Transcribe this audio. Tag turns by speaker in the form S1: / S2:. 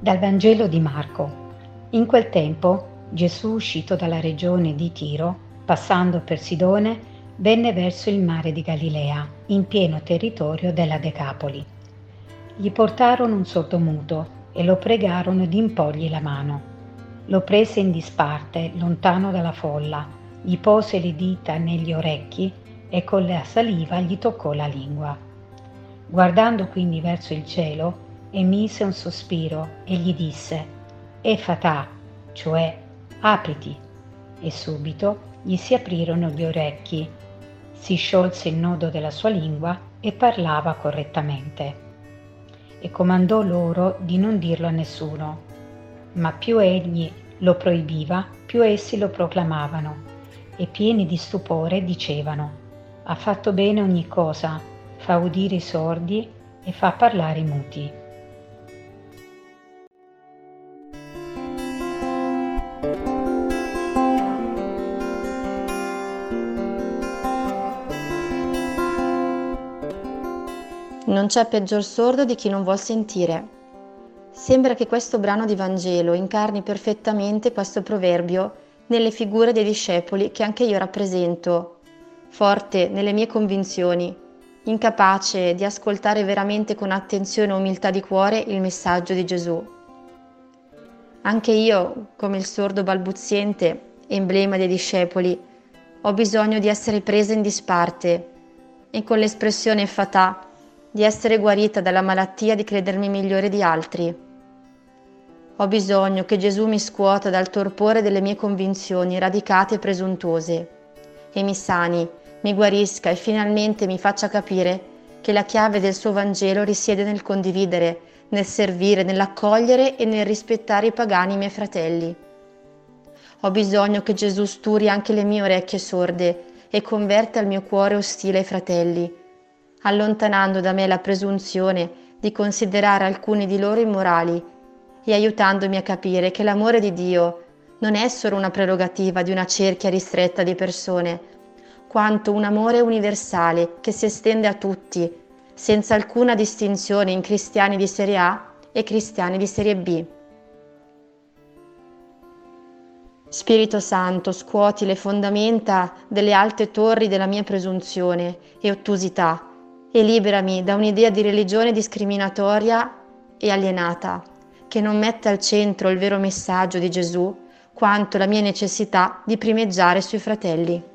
S1: Dal Vangelo di Marco. In quel tempo Gesù, uscito dalla regione di Tiro, passando per Sidone, venne verso il mare di Galilea, in pieno territorio della Decapoli. Gli portarono un sordomuto e lo pregarono di imporgli la mano. Lo prese in disparte, lontano dalla folla, gli pose le dita negli orecchi e con la saliva gli toccò la lingua. Guardando quindi verso il cielo, emise un sospiro e gli disse: Efatà, cioè apriti. E subito gli si aprirono gli orecchi, si sciolse il nodo della sua lingua e parlava correttamente. E comandò loro di non dirlo a nessuno. Ma più egli lo proibiva, più essi lo proclamavano, e pieni di stupore dicevano: Ha fatto bene ogni cosa, fa udire i sordi e fa parlare i muti.
S2: Non c'è peggior sordo di chi non vuol sentire. Sembra che questo brano di Vangelo incarni perfettamente questo proverbio nelle figure dei discepoli che anche io rappresento, forte nelle mie convinzioni, incapace di ascoltare veramente con attenzione e umiltà di cuore il messaggio di Gesù. Anche io, come il sordo balbuziente, emblema dei discepoli, ho bisogno di essere presa in disparte e con l'espressione fatà di essere guarita dalla malattia di credermi migliore di altri. Ho bisogno che Gesù mi scuota dal torpore delle mie convinzioni radicate e presuntuose e mi sani, mi guarisca e finalmente mi faccia capire che la chiave del suo Vangelo risiede nel condividere, nel servire, nell'accogliere e nel rispettare i pagani miei fratelli. Ho bisogno che Gesù sturi anche le mie orecchie sorde e converta il mio cuore ostile ai fratelli, allontanando da me la presunzione di considerare alcuni di loro immorali e aiutandomi a capire che l'amore di Dio non è solo una prerogativa di una cerchia ristretta di persone, quanto un amore universale che si estende a tutti, senza alcuna distinzione in cristiani di serie A e cristiani di serie B. Spirito Santo, scuoti le fondamenta delle alte torri della mia presunzione e ottusità e liberami da un'idea di religione discriminatoria e alienata, che non mette al centro il vero messaggio di Gesù, quanto la mia necessità di primeggiare sui fratelli.